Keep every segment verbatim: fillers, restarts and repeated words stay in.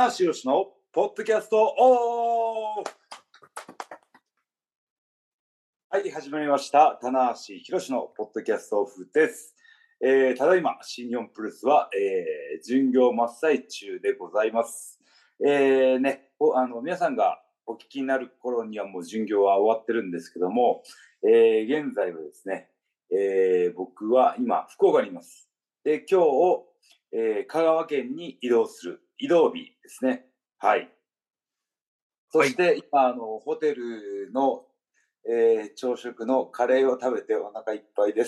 橋宏のポッドキャストオフ。はい、始まりました。棚橋宏のポッドキャストオフです。えー、ただいま新日本プロレスは、えー、巡業真っ最中でございます。えーね、あの皆さんがお聞きになる頃にはもう巡業は終わってるんですけども、えー、現在はですね、えー、僕は今福岡にいます。で、今日、えー、香川県に移動する移動日ですね。はい。そして、はい、今あのホテルの、えー、朝食のカレーを食べてお腹いっぱいです。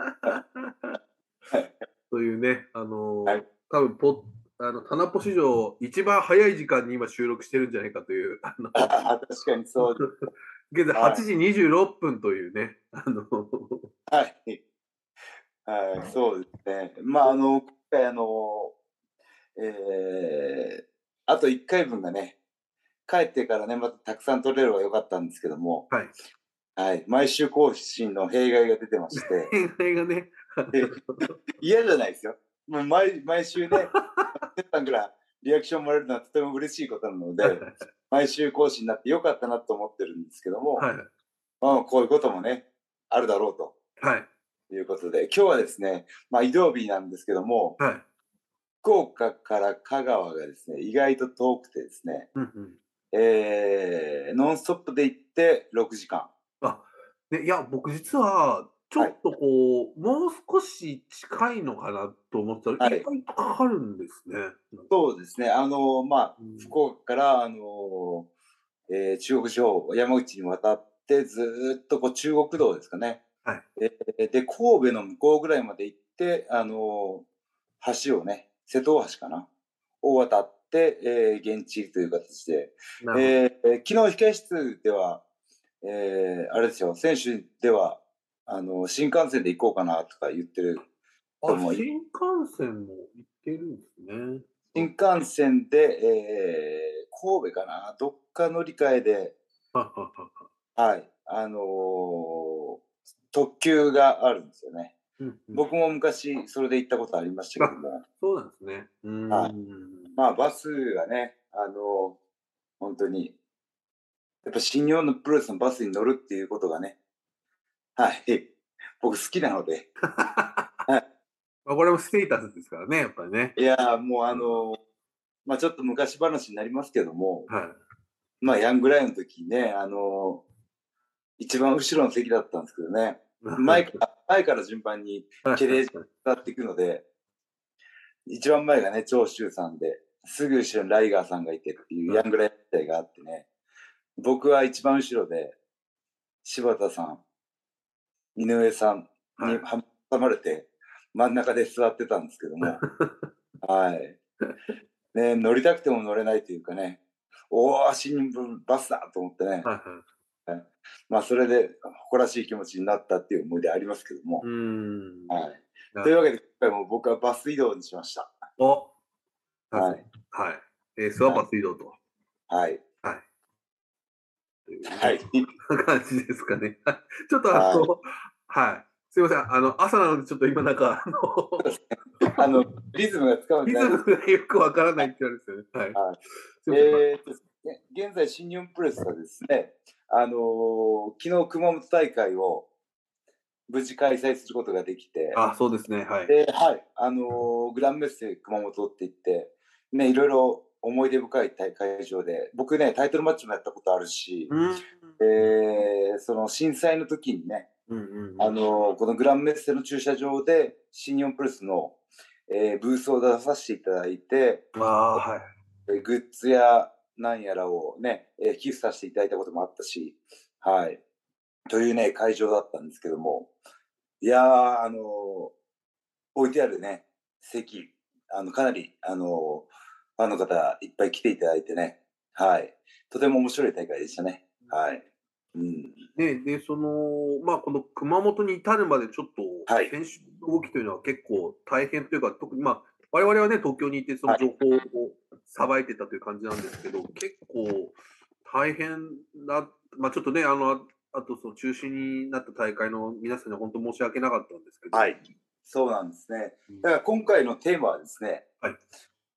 というね、あのーはい、多分ポあのタナポ史上一番早い時間に今収録してるんじゃないかという。あのあ確かにそう。 現在はちじにじゅうろっぷんというね。あのはい。はい、そうですね。まあ、あの、今回あの、えー、あといっかいぶんがね、帰ってからね、またたくさん取れればよかったんですけども、 はい。 はい、毎週更新の弊害が出てまして。 弊害がね。 嫌じゃないですよ。もう 毎, 毎週ね、さんからリアクションもらえるのはとても嬉しいことなので、毎週更新になってよかったなと思ってるんですけども、はい、まあ、こういうこともね、あるだろうと。はい。ということで、今日はですね、まあ、移動日なんですけども、はい、福岡から香川がですね、意外と遠くてですね、うんうん、えー、ノンストップで行ってろくじかん。 あ、ね、いや、僕実は、ちょっとこう、はい、もう少し近いのかなと思ったら、はい、意外とかかるんですね。 そうですね。あの、まあ、うん、福岡から、あの、えー、中国地方、山口に渡って、ずっとこう中国道ですかね。はい、えー、で、神戸の向こうぐらいまで行って、あの、橋をね、瀬戸大橋かな、を渡って、えー、現地という形で、えー、昨日控室では、えー、あれですよ、選手では、あの、新幹線で行こうかなとか言ってる人もいる。 新幹線も行ってるんですね。 新幹線で、えー、神戸かな、どっか乗り換えで、はい、あのー、特急があるんですよね。うんうん、僕も昔それで行ったことありましたけども。 そうなんですね。うん、 はい、まあバスがね、あのー、本当にやっぱ新日本のプロレスのバスに乗るっていうことがね、はい、僕好きなので。 はい、まあこれもステータスですからね、やっぱりね。 いやもうあのー、うん、まあちょっと昔話になりますけども、はい、まあヤングライオンの時にね、あのー、一番後ろの席だったんですけどね、前から前から順番にケレージが伝っていくので、一番前がね、長州さんで、すぐ後ろにライガーさんがいてっていうヤングライオンがあってね、僕は一番後ろで、柴田さん、井上さんに挟まれて、真ん中で座ってたんですけども、はい。ね、乗りたくても乗れないというかね、おー、新聞バスだと思ってね、はい、まあそれで誇らしい気持ちになったっていう思い出ありますけども。うん、はい、というわけで今回も僕はバス移動にしました。 お、はい、はい、エースはバス移動と。 はい。 はい。 はい。 感じですかね。ちょっとあの、はい、はい、すみません、あの朝なのでちょっと今なんかあのあのリズムがつかめてない。 リズムがよくわからないって言われですよね。はい。はい、 えーと現在新日本プロレスはですね、あのー、昨日熊本大会を無事開催することができて、 あ、そうですね、はい。 で、はい、あのー、グランメッセ熊本って言って、ね、いろいろ思い出深い大会場で、僕ね、タイトルマッチもやったことあるし、えー、その震災の時にね、うんうんうん、あのー、このグランメッセの駐車場で新日本プロレスの、えー、ブースを出させていただいて、 あ、はい、 えー、グッズやなんやらをね、えー、寄付させていただいたこともあったし、はい、というね、会場だったんですけども、いやー、あのー、置いてあるね、席、あの、かなり、あの、ファンの方いっぱい来ていただいてね、はい。とても面白い大会でしたね。はい。うん。 ね、で、その、まあ、この熊本に至るまでちょっと、はい、選手の動きというのは結構大変というか、特に、まあ、我々はね、東京にいて、その情報をさばいてたという感じなんですけど、はい、結構大変だ、まあ、ちょっとね、あの、あとその中止になった大会の皆さんには本当申し訳なかったんですけど。 はい。そうなんですね。だから今回のテーマはですね、はい、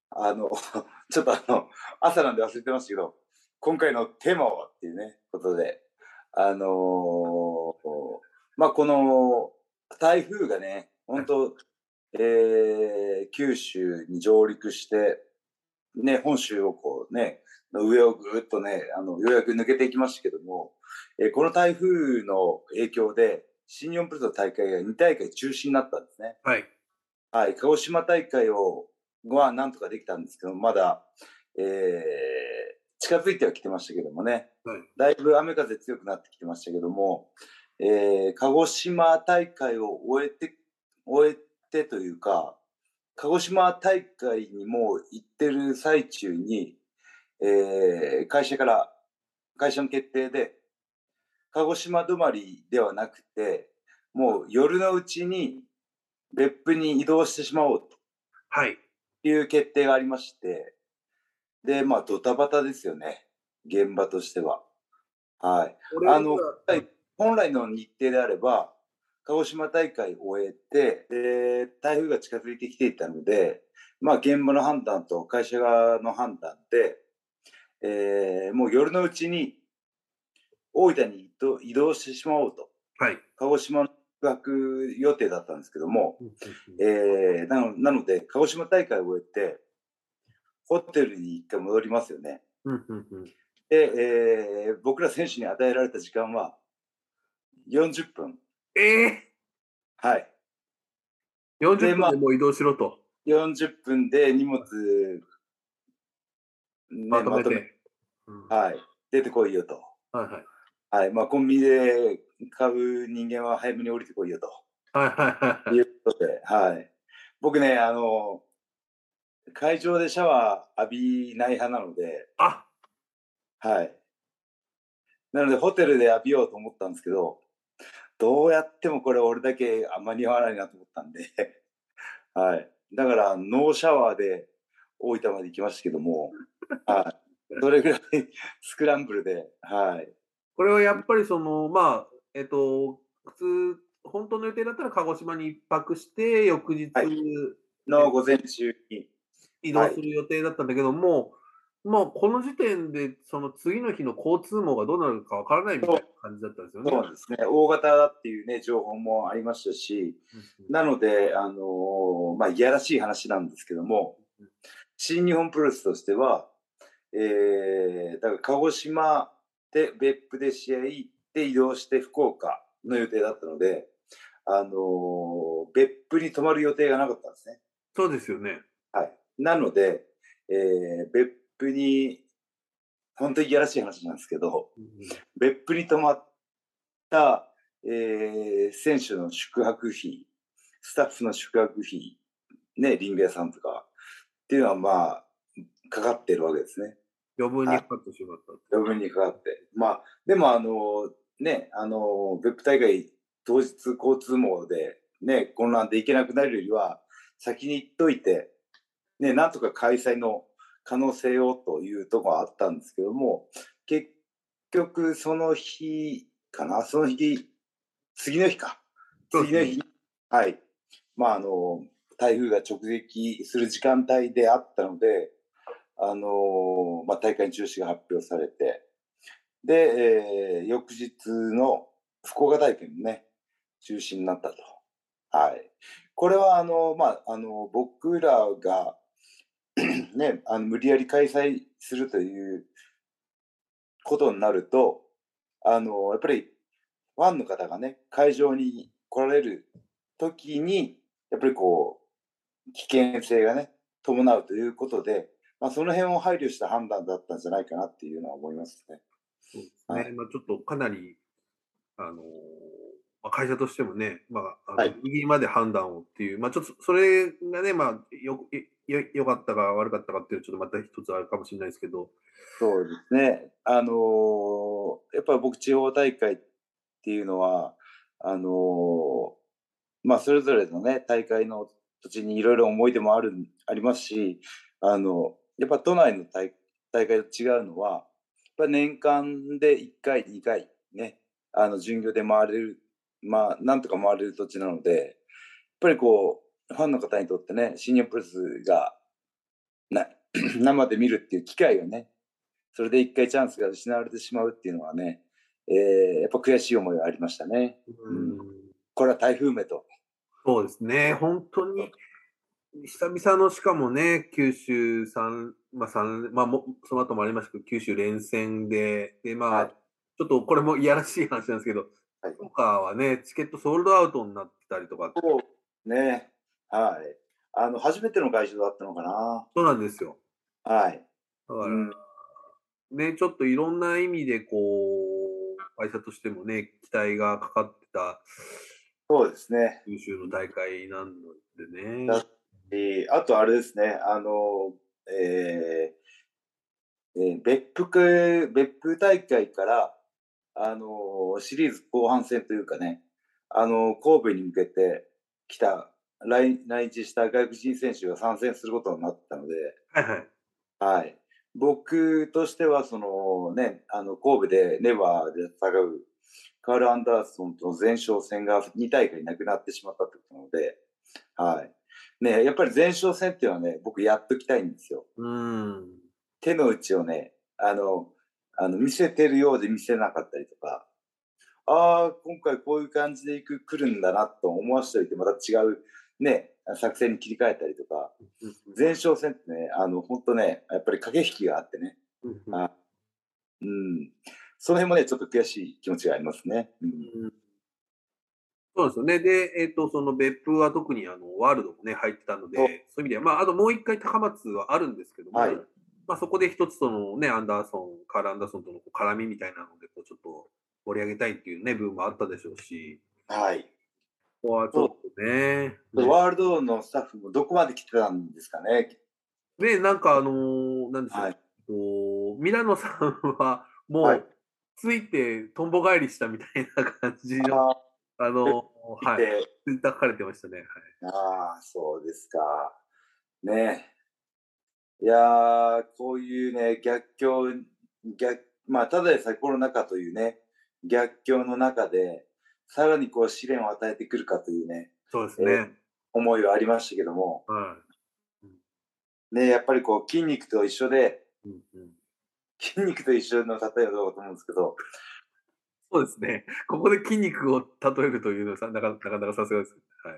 あの、ちょっとあの、朝なんで忘れてましたけど、今回のテーマはっていうね、ことで、あのー、まあ、この台風がね、本当、えー、九州に上陸して、ね、本州をこうね、上をぐーっとね、あの、ようやく抜けていきましたけども、えー、この台風の影響で、新日本プロレスの大会がに大会中止になったんですね。 はい。 はい、鹿児島大会をはなんとかできたんですけど、まだ、えー、近づいてはきてましたけどもね、はい、だいぶ雨風強くなってきてましたけども、えー、鹿児島大会を終えて、終えてというか、鹿児島大会にもう行ってる最中に、えー、会社から、会社の決定で、鹿児島止まりではなくて、もう夜のうちに別府に移動してしまおうと。 はい。 いう決定がありまして、で、まあ、ドタバタですよね。現場としては。はい。あの、本来の日程であれば、鹿児島大会を終えて、で、台風が近づいてきていたので、まあ、現場の判断と会社側の判断で、えー、もう夜のうちに大分に移動してしまおうと。 はい。 鹿児島の宿泊予定だったんですけども、えー、なのなので、鹿児島大会を終えて、ホテルに一回戻りますよね。で、えー、僕ら選手に与えられた時間はよんじゅっぷん。 ええー、はい。 よんじゅっぷんでもう移動しろと。 まあ、よんじゅっぷんで荷物、 ね、まとめて、まとめうん、はい。出てこいよと。 はいはい。 はい。まあ、コンビニで買う人間は早めに降りてこいよと。 はいはいはい。 いうことで、はい。僕ね、あの、会場でシャワー浴びない派なので、 あはい。なので、ホテルで浴びようと思ったんですけど、どうやってもこれ俺だけ間に合わないなと思ったんで、はい。だから、ノーシャワーで大分まで行きましたけども、はい。それぐらいスクランブルで、はい。 これはやっぱりその、まあ、えっと、普通、本当の予定だったら鹿児島に一泊して、翌日、はい、 の午前中に移動する予定だったんだけども、はい、もうこの時点で、その次の日の交通網がどうなるかわからないみたいな感じだったんですよね。 そうですね。大型だっていうね、情報もありましたし、うんうん、なので、あのー、まあ、いやらしい話なんですけども、うん、新日本プロレスとしては、えー、だから鹿児島で別府で試合で移動して福岡の予定だったので、あのー、別府に泊まる予定がなかったんですね。 そうですよね。 はい。なので、えー、別府に、本当にいやらしい話なんですけど、うん、別府に泊まった、えー、選手の宿泊費、スタッフの宿泊費、ね、リンベアさんとかっていうのはまあ、かかってるわけですね。 余分にかかってしまった。 余分にかかって。まあ、でもあの、ね、あの、別府大会当日交通網でね、混乱で行けなくなるよりは、先に行っといて、ね、なんとか開催の可能性をというところがあったんですけども、結局その日かな、その日、次の日か。次の日、はい。まあ、あの、台風が直撃する時間帯であったので、あの、まあ、大会中止が発表されて、で、えー、翌日の福岡大会もね、中止になったと。はい。これは、あの、まあ、あの、僕らがね、あの、無理やり開催するということになると、あの、やっぱり、ファンの方がね、会場に来られる時に、やっぱりこう、危険性がね、伴うということで、まあ、その辺を配慮した判断だったんじゃないかなっていうのは思いますね。 そうですね。はい、まあ、ちょっとかなり、あのー、まあ、会社としてもね、まあ、あの、はい、ギリギリまで判断をっていう、まあ、ちょっとそれがね、まあ、よ、よ、よかったか悪かったかっていう、ちょっとまた一つあるかもしれないですけど。 そうですね。あのー、やっぱり僕、地方大会っていうのは、あのー、まあ、それぞれのね、大会の土地にいろいろ思い出もある、ありますし、あの、やっぱ都内の大大会と違うのは、やっぱ年間でいっかい、にかいね、あの、巡業で回れる、まあ、なんとか回れる土地なので、やっぱりこう、ファンの方にとってね、新日本プロレスがな生で見るっていう機会がね、それで一回チャンスが失われてしまうっていうのはね、えー、やっぱ悔しい思いがありましたね。うん、これは台風目と。 そうですね、本当に久々のしかもね、九州さん、まあ三、まあも、その後もありましたけど、九州連戦で、で、まあ、はい、ちょっとこれもいやらしい話なんですけど、はい、福岡はね、チケットソールドアウトになってたりとか。 そうね、はい。あの、初めての会場だったのかな。 そうなんですよ。 はい。 だから、うん、ね、ちょっといろんな意味で、こう、会社としてもね、期待がかかってた、 そうですね。 九州の大会なのでね。 だえー、あとあれですね、あの、えーえー、別府別府大会から、あのシリーズ後半戦というかね、あの神戸に向けて来た来来日した外国人選手が参戦することになったので、 はいはい、 はい、僕としてはその、ね、あの神戸でネバーで戦うカール・アンダーソンとの前哨戦がに大会なくなってしまったということなので、はいね、やっぱり前哨戦っていうのはね、僕やっときたいんですよ。 うん手の内をね、あの、あの見せてるようで見せなかったりとか、ああ、今回こういう感じでいく来るんだなと思わせておいて、また違う、ね、作戦に切り替えたりとか、前哨戦ってね、あの本当ね、やっぱり駆け引きがあってね、あうん、その辺もね、ちょっと悔しい気持ちがありますね。うん、 そうですよね。で、えっ、ー、と、その別府は特にあのワールドもね、入ってたので、そういう意味では、まあ、あともう一回高松はあるんですけども、はい、まあ、そこで一つそのね、アンダーソン、カール・アンダーソンとの絡みみたいなので、こうちょっと盛り上げたいっていうね、部分もあったでしょうし、 はい。 ここはちょっとね。 ねワールドのスタッフもどこまで来てたんですかね。 ね、なんかあのー、なんでしょう、はい、とミラノさんはもう、はい、ついてとんぼ返りしたみたいな感じの、あ、あのー、はい、ツイッター書かれてましたね。はい、 ああ、そうですか。ねいやー、こういうね、逆境、逆、まあ、ただでさえコロナ禍というね、逆境の中で、さらにこう試練を与えてくるかというね、 そうですね、えー、 思いはありましたけども、はいね、やっぱりこう筋肉と一緒で、うんうん、筋肉と一緒の例えはどうかと思うんですけど、 そうですね、ここで筋肉を例えるというのはなかなかなかさすがです。はい、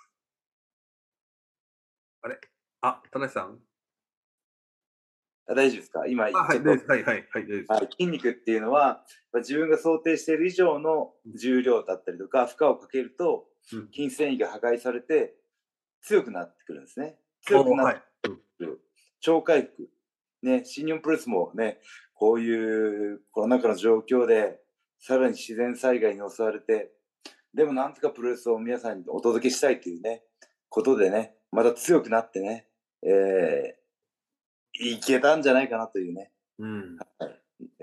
あれあ、田中さん大丈夫ですか今、 あ、はい、はい、はい、はい、はい。 筋肉っていうのは、自分が想定している以上の重量だったりとか、負荷をかけると、筋繊維が破壊されて、強くなってくるんですね。強くなってくる。はい、超回復。ね、新日本プロレスもね、こういうコロナ禍の状況で、さらに自然災害に襲われて、でもなんとかプロレスを皆さんにお届けしたいというね、ことでね、また強くなってね、えー、いけたんじゃないかなというね、うん、はい、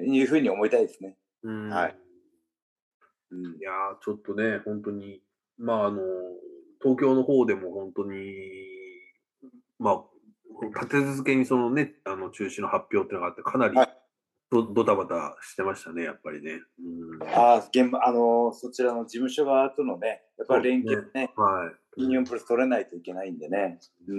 いうふうに思いたいですね。うん、はい。 うん、いやー、ちょっとね、本当に、まあ、あの、東京の方でも本当に、まあ、立て続けにそのね、あの中止の発表っていうのがあって、かなりド、はい、ドタバタしてましたね、やっぱりね。うん、 あ現場、あのー、そちらの事務所側とのね、やっぱり連携ね、ねはい、ユニオンプロレス取れないといけないんでね。うん、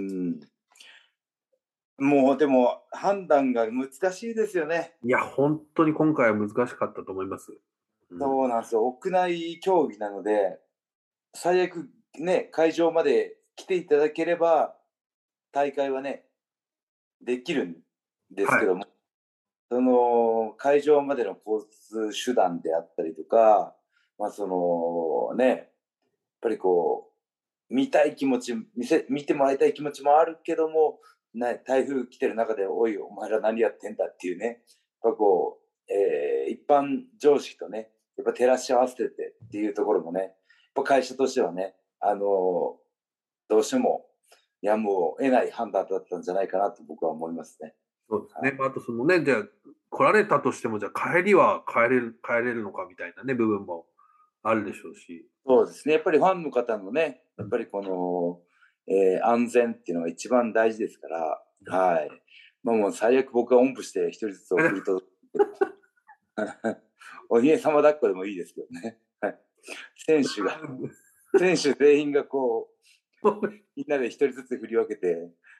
もうでも判断が難しいですよね。 いや、本当に今回は難しかったと思います。 うん、そうなんですよ。屋内競技なので、最悪ね、会場まで来ていただければ、大会はね、できるんですけども、はい、その会場までの交通手段であったりとか、まあそのね、やっぱりこう、見たい気持ち、見せ見てもらいたい気持ちもあるけども、ね、台風来てる中で、おい、お前ら何やってんだっていうね、やっぱこう、えー、一般常識とね、やっぱ照らし合わせてっていうところもね、やっぱ会社としてはね、あのー、どうしてもやむを得ない判断だったんじゃないかなと僕は思いますね。 そうですね。はい、あとそのね、じゃあ来られたとしても、じゃあ帰りは帰れる、帰れるのかみたいなね、部分もあるでしょうし。 そうですね。やっぱりファンの方のね、やっぱりこの、えー、安全っていうのが一番大事ですから、はい。まあもう最悪僕はおんぶして一人ずつ送り届けお姫様抱っこでもいいですけどね。はい。選手が、選手全員がこう、みんなで一人ずつ振り分けて、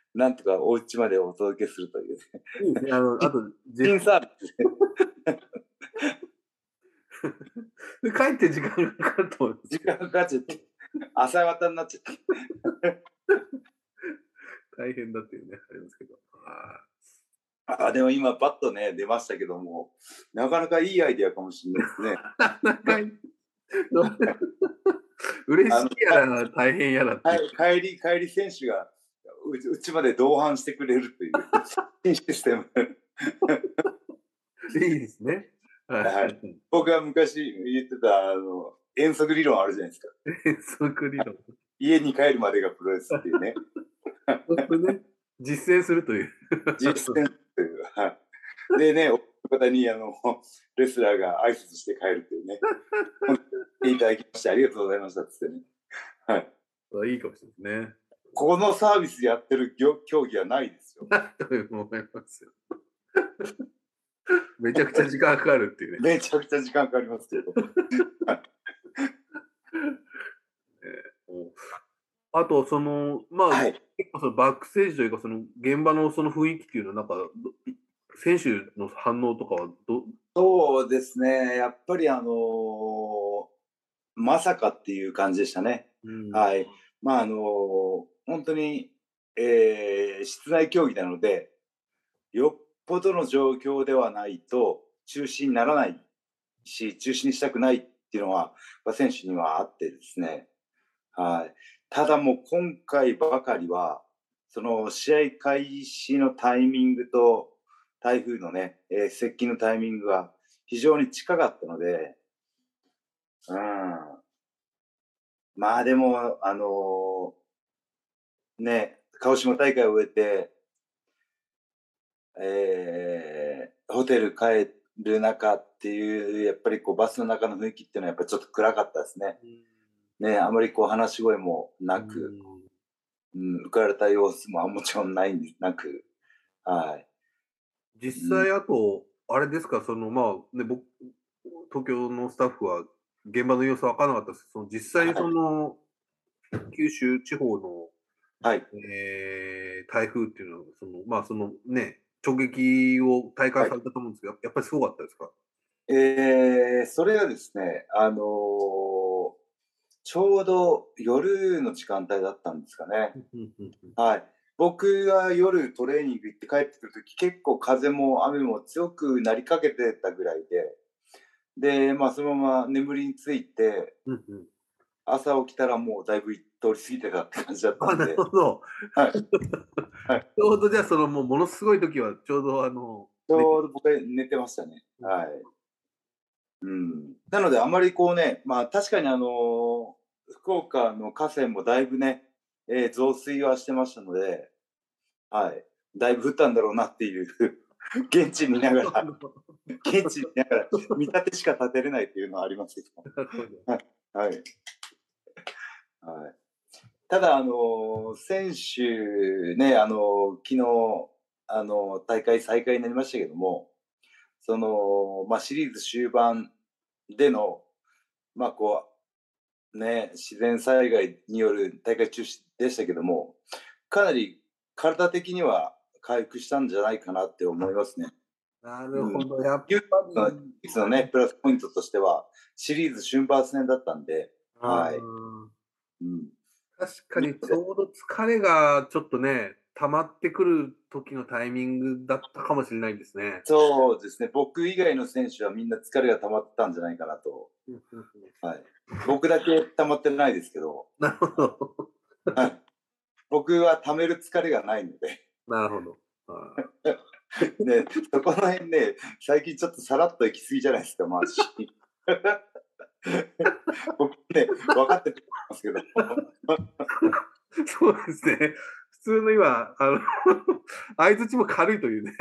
なんとかお家までお届けするというね。 いいですね。あの、あと、 新サービスで帰って時間がかかると思います。 時間かかっちゃって、朝方になっちゃって。 大変だっていうね、ありますけど。 ああ、でも今、パッとね、出ましたけども、なかなかいいアイディアかもしれないですね。 なかなか嬉しいやら大変やらって。 帰り、帰り選手がうちまで同伴してくれるというシステム。 いいですね。 はい、僕が昔言ってたあの遠足理論あるじゃないですか。 遠足理論。 家に帰るまでがプロレスっていうね。 ね実践するという。 実践という。でね、お方にあのレスラーが挨拶して帰るというね。いただきましてありがとうございましたってね。はい。 いいかもしれないですね。 このサービスやってる競技はないですよ。 と思いますよ。めちゃくちゃ時間かかるっていうね。 めちゃくちゃ時間かかりますけど。 あと、その、まあ、はい、そのバックステージというか、その現場のその雰囲気っていうのは、なんか、選手の反応とかはどそうですね、やっぱりあのー、まさかっていう感じでしたね。うん、はい。まああのー、本当に、えー、室内競技なので、よっぽどの状況ではないと中止にならないし、中止にしたくないっていうのは、選手にはあってですね。はい。ただもう今回ばかりは、その試合開始のタイミングと台風のね、えー、接近のタイミングが非常に近かったので、うん。まあでも、あのー、ね、鹿児島大会を終えて、えー、ホテル帰る中っていう、やっぱりこうバスの中の雰囲気っていうのはやっぱりちょっと暗かったですね。ね、あまりこう話し声もなく、うん、浮かれた様子ももちろんないなく、はい。 実際、あと、うん、あれですか、その、まあ、ね、僕、東京のスタッフは現場の様子分からなかったですけど、その実際にその、はい、九州地方の、 はい、 えー、台風っていうのは、その、まあ、そのね、直撃を体感されたと思うんですけど、はい、やっぱりすごかったですか？ えー、それはですね、あのー、ちょうど夜の時間帯だったんですかね。はい。僕が夜トレーニング行って帰ってくるとき、結構風も雨も強くなりかけてたぐらいで、で、まあ、そのまま眠りについて、朝起きたらもうだいぶ通り過ぎてたって感じだったんで。 なるほど。はい。はい、ちょうどじゃあ、そのもうものすごい時は、ちょうどあの、 ちょうど僕は寝てましたね。はい。うん。なので、あまりこうね、まあ確かにあの、福岡の河川もだいぶね、えー、増水はしてましたので、はい。だいぶ降ったんだろうなっていう、現地見ながら、現地見ながら、見立てしか立てれないっていうのはありますけど。はい。はい。はい、ただ、あの、選手ね、あの、昨日、あの、大会再開になりましたけども、その、まあ、シリーズ終盤での、まあ、こう、ね、自然災害による大会中止でしたけども、かなり体的には回復したんじゃないかなって思いますね。 なるほど、うん、やっぱり。唯一のね、プラスポイントとしては、シリーズ瞬発戦だったんで、はい。 うん、確かにちょうど疲れがちょっとね、溜まってくる時のタイミングだったかもしれないですね。 そうですね。僕以外の選手はみんな疲れが溜まったんじゃないかなと。はい、僕だけ溜まってないですけど。 なるほど。 はい、僕は溜める疲れがないので。 なるほど。 ね、そこら辺ね、最近ちょっとさらっと行き過ぎじゃないですか、マジ。僕ね、分かってますけど。 そうですね。普通の今、あの、相づちも軽いというね。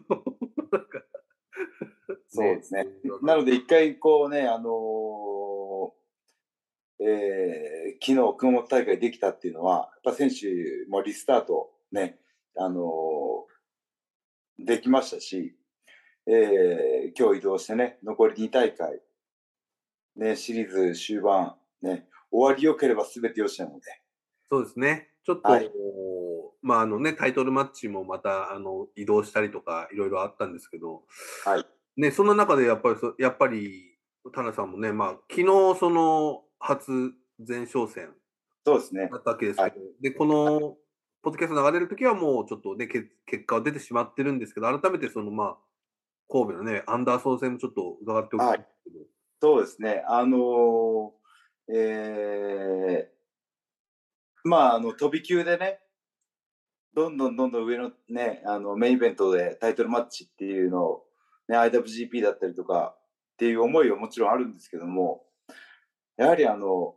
そうですね。なので、一回こうね、あのー、えー、昨日、熊本大会できたっていうのは、やっぱ選手もリスタートね、あのー、できましたし、えー、今日移動してね、残りに大会、ね、シリーズ終盤、ね、終わりよければ全てよしなので。 そうですね。ちょっと、はい、 まああのね、タイトルマッチもまたあの移動したりとかいろいろあったんですけど、 はい。 ね、そんな中でやっぱりそ、やっぱり、田中さんもね、まあ、昨日その初前哨戦そうですね。 だったわけですはい。 けど、で、このポッドキャスト流れるときはもうちょっとね、け結果は出てしまってるんですけど、改めてそのまあ、神戸のね、アンダーソン戦もちょっと伺っておきたいんですけど。 そうですね。あのー、えー、まあ、あの、飛び級でね、どんどんどんどん上のね、あの、メインイベントでタイトルマッチっていうのを、ね、アイダブリュージーピー だったりとかっていう思いはもちろんあるんですけども、やはりあの、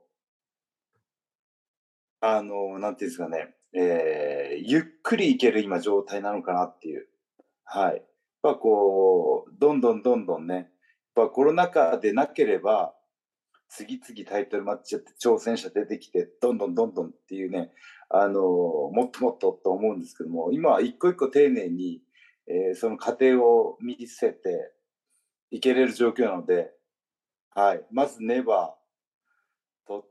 あの、なんていうんですかね、えー、ゆっくりいける今状態なのかなっていう。はい。やっぱこう、どんどんどんどんね、やっぱコロナ禍でなければ、次々タイトルマッチやって挑戦者出てきて、どんどんどんどんっていうね、あの、もっともっとと思うんですけども、今は一個一個丁寧に、えー、その過程を見せていけれる状況なので、はい。まずネバー取って、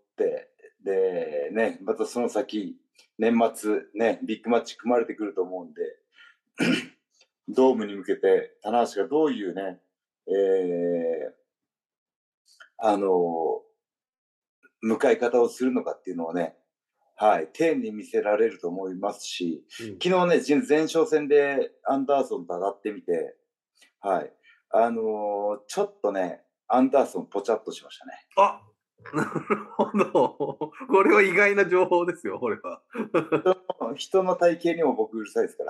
で、ね、またその先、年末、ね、ビッグマッチ組まれてくると思うんで、ドームに向けて、棚橋がどういうね、えー、あの、迎え方をするのかっていうのをね、はい、丁寧に見せられると思いますし、うん、昨日ね、前哨戦でアンダーソンと当たってみて、はい、あのー、ちょっとね、アンダーソンぽちゃっとしましたね。 あなるほど。これは意外な情報ですよ、これは。 人の人の体型にも僕うるさいですから。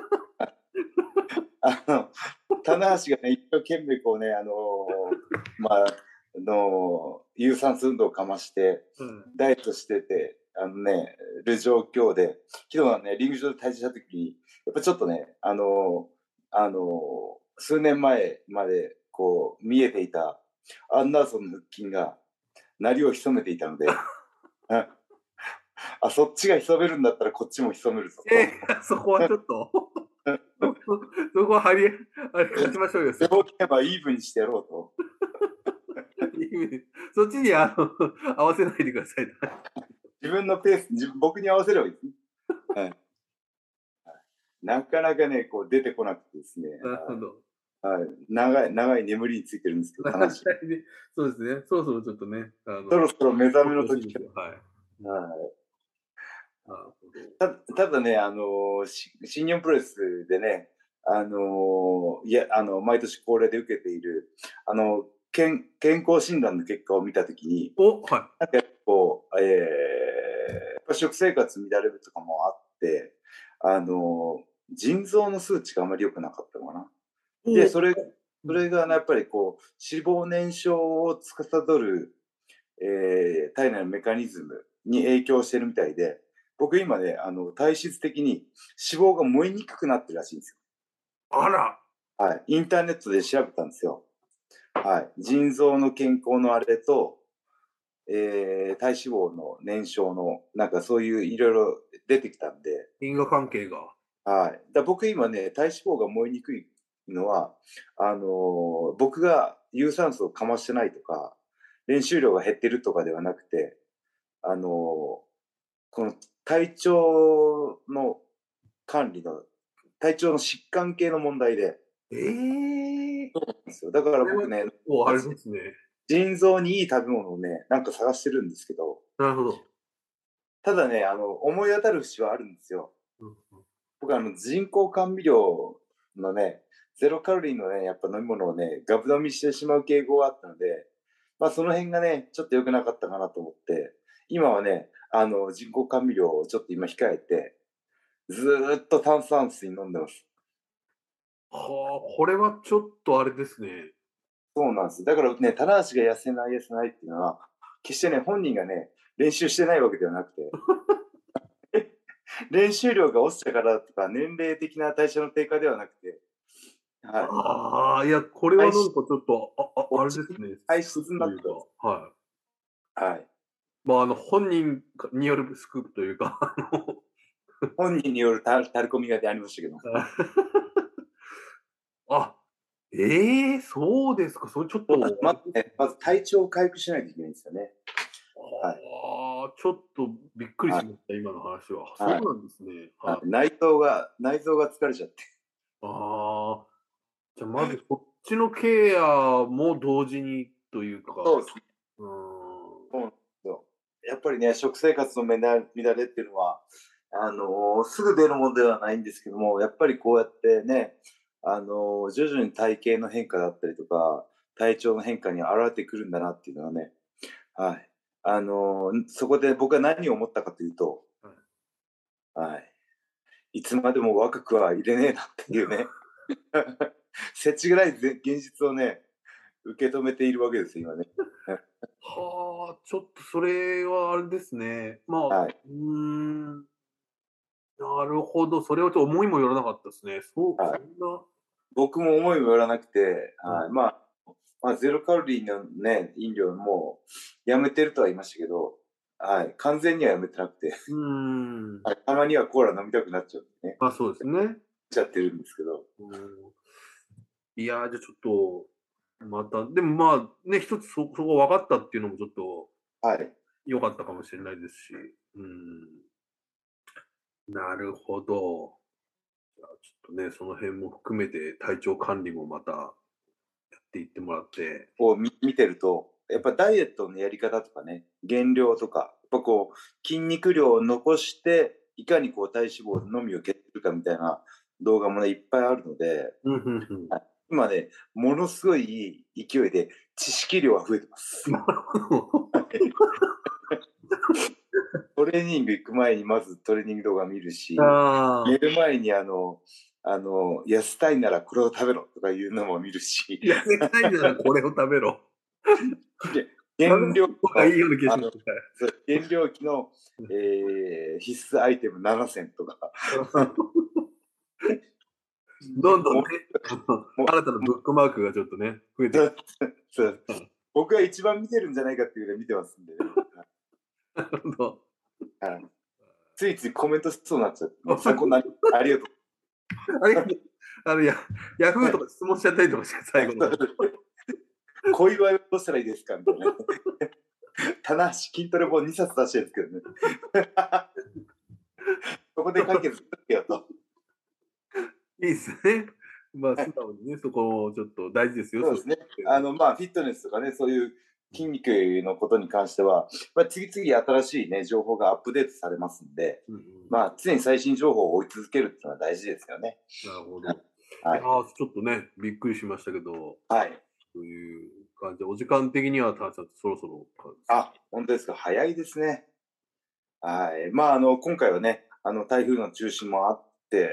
あの、棚橋がね、一生懸命こうね、あのー、まあ、の有酸素運動をかまして、うん、ダイエットしてて、あのね、る状況で、昨日はね、リング上で退治したときに、やっぱちょっとね、あのー、あのー、数年前までこう見えていたアンダーソンの腹筋が、鳴りを潜めていたので、あ、そっちが潜めるんだったらこっちも潜めるぞと。 えー、そこはちょっとそこは張り、張り勝ちましょうよ。 両肩はイーブンにしてやろうと。 そっちにあの合わせないでください。 自分のペース、自分僕に合わせればいいですね。はい。なかなかね、こう出てこなくてですね。 なるほど。 はい、長い、長い眠りについてるんですけど、 悲しい。そうですね。そろそろちょっとね。 あのそろそろ目覚めの時。 はい。 はいたただね、あの新日本プロレスでね、あのいやあの毎年恒例で受けているあの健健康診断の結果を見たときに、 お、はい、 なんかこう、えー、食生活乱れるとかもあって、あの腎臓の数値があまり良くなかったのかな。で、それそれが、ね、やっぱりこう脂肪燃焼を司る、えー、体内のメカニズムに影響してるみたいで、僕今ね、あの体質的に脂肪が燃えにくくなってるらしいんですよ。 あら。 はい、インターネットで調べたんですよ。はい、腎臓の健康のあれと、えー、体脂肪の燃焼のなんかそういういろいろ出てきたんで、 因果関係が。 はい。だ僕今ね、体脂肪が燃えにくいのは、あのー、僕が有酸素をかましてないとか、練習量が減ってるとかではなくて、あのー、この体調の管理の、体調の疾患系の問題で。 えー、 そうなんですよ。だから僕ね、 あれですね。 腎臓にいい食べ物をね、なんか探してるんですけど、 なるほど。 ただね、あの、思い当たる節はあるんですよ。うんうん、僕あの、人工甘味料のね、ゼロカロリーのね、やっぱ飲み物をね、ガブ飲みしてしまう傾向があったので、まあその辺がね、ちょっと良くなかったかなと思って、今はね、あの、人工甘味料をちょっと今控えて、ずーっと炭酸水飲んでます。 はあ、これはちょっとあれですね。 そうなんです。だからね、棚橋が痩せない痩せないっていうのは、決してね、本人がね、練習してないわけではなくて、練習量が落ちたからとか、年齢的な代謝の低下ではなくて、 はい、ああ、いや、これはなんかちょっと、あ、あ、あれですね。 体質になってる。 はい。 はい。 まあ、あの、本人によるスクープというか、あの本人によるタルコミがありましたけど。 あ、ええー、そうですか。それちょっと。 まず、ね、まず体調を回復しないといけないんですよね。 はい。 あ、ちょっとびっくりしました、はい、今の話は。はい、そうなんですね。 はい、内臓が、内臓が疲れちゃって。 ああ。じゃあ、まずこっちのケアも同時にというか。 そうですね。うん。そう。やっぱりね、食生活の乱れっていうのは、あのー、すぐ出るものではないんですけども、やっぱりこうやってね、あのー、徐々に体型の変化だったりとか、体調の変化に現れてくるんだなっていうのはね、はい。あのー、そこで僕は何を思ったかというと、はい。はい、いつまでも若くはいれねえなっていうね、せちぐらい現実をね、受け止めているわけですよ、今ね。 はあ、ちょっとそれはあれですね。まあ、はい、うーん。なるほど、それはちょっと思いもよらなかったですね。そう、はい、そんな。 僕も思いもよらなくて、はい、うん、まあ、まあ、ゼロカロリーのね、飲料もやめてるとは言いましたけど、はい、完全にはやめてなくて、 うーん、 はい、たまにはコーラ飲みたくなっちゃうんでね。 あ、そうですね。 ちゃってるんですけど。 いやー、じゃあちょっと、また、でもまあ、ね、一つそ、そこ分かったっていうのもちょっと、はい。良かったかもしれないですし、うん。なるほど。じゃあちょっとね、その辺も含めて体調管理もまたやっていってもらって。 こう見てると、やっぱダイエットのやり方とかね、減量とか、やっぱこう、筋肉量を残して、いかにこう体脂肪のみを減るかみたいな動画もね、いっぱいあるので、今ね、ものすごい勢いで知識量が増えてます。トレーニング行く前にまずトレーニング動画見るし、寝る前にあの、あの、痩せたいならこれを食べろとかいうのも見るし。 痩せたいならこれを食べろ。 減量期の、減量期の、えー、必須アイテムななせんとか。 どんどんね、新たなブックマークがちょっとね、増えてる。僕が一番見てるんじゃないかっていうぐらい見てますんでね。 なるほど。 ついついコメントしそうになっちゃって、参考になりありがとう。 ありがとう。あのや、ヤフーとか質問しちゃったりとかして、最後の。 小祝いをどうしたらいいですかみたいな。棚橋筋トレ本にさつ出してるんですけどね。そこで解決するよと。 いいですね。まあ、素直にね、そこちょっと大事ですよ。 そうですね。あの、まあ、フィットネスとかね、そういう筋肉のことに関しては、まあ、次々新しいね、情報がアップデートされますんで、うんうん、まあ、常に最新情報を追い続けるっていうのは大事ですよね。 なるほど。はい、いやちょっとね、びっくりしましたけど、はい。そういう感じで、お時間的には、たーちゃん、そろそろ。 あ、本当ですか。早いですね。はい。まあ、あの、今回はね、あの、台風の中心もあって、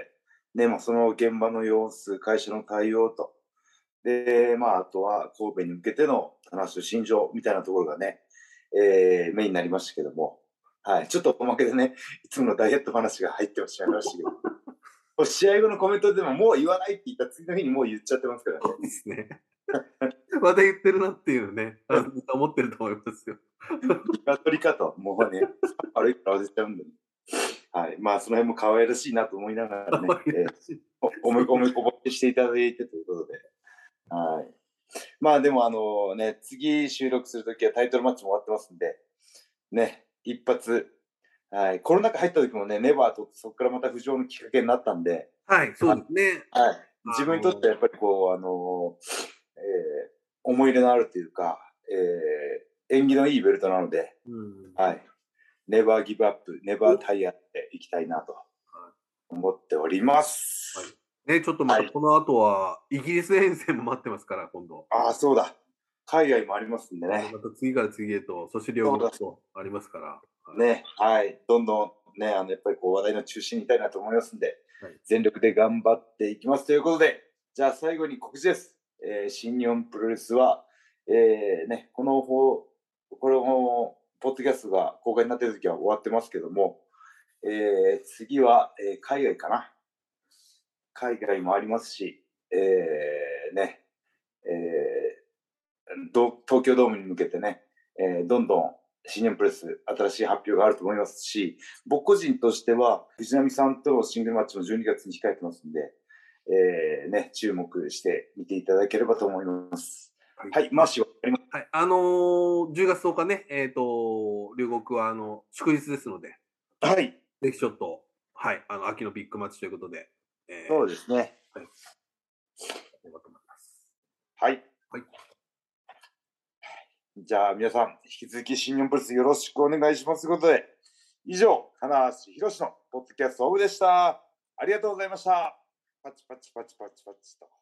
ね、まあ、その現場の様子、会社の対応と、で、まあ、あとは神戸に向けての話と心情みたいなところがね、えー、メインになりましたけども、はい。ちょっとおまけでね、いつものダイエット話が入ってしまいましたけど、試合後のコメントでももう言わないって言った次の日にもう言っちゃってますからね。 そうですね。また言ってるなっていうね、思ってると思いますよ。 気取りかと、もうね、悪いから忘れちゃうんで、ね。はい。まあ、その辺も可愛らしいなと思いながらね、えー、おめこめこぼししていただいてということで。はい。まあ、でも、あのね、次収録するときはタイトルマッチも終わってますんで、ね、一発、はい。コロナ禍入った時もね、ネバーとそこからまた浮上のきっかけになったんで、 はい、そうですね。 はい。自分にとってはやっぱりこう、あのえー、思い入れのあるというか、えー、縁起のいいベルトなので、うん、はい。ネバーギブアップ、ネバータイヤっていきたいなと思っております。 はい、ね、ちょっとまたこの後は、イギリス遠征も待ってますから、今度。 ああ、そうだ。海外もありますんでね。 また次から次へと、そして両国とありますから。 はい、ね、はい。どんどんね、あの、やっぱりこう話題の中心にいたいなと思いますんで、はい、全力で頑張っていきますということで、じゃあ最後に告知です。えー、新日本プロレスは、えー、ね、この方、このポッドキャストが公開になっている時は終わってますけども、えー、次は、えー、海外かな。海外もありますし、えー、ね、えー、東京ドームに向けてね、えー、どんどん新日本プロレス新しい発表があると思いますし、僕個人としては藤波さんとのシングルマッチもじゅうにがつに控えてますんで、えーね、注目して見ていただければと思います。 はい、マーシーはあります。 はい、あのー、じゅうがつとおかね、えっ、ー、と、両国はあの祝日ですので、 はい。 ぜひちょっと、はい、あの秋のビッグマッチということで、 えー、そうですね。はい。はい。はい。じゃあ皆さん、引き続き新日本プロレスよろしくお願いしますということで、以上、金橋博のポッドキャストオフでした。ありがとうございました。パチパチパチパチパチと。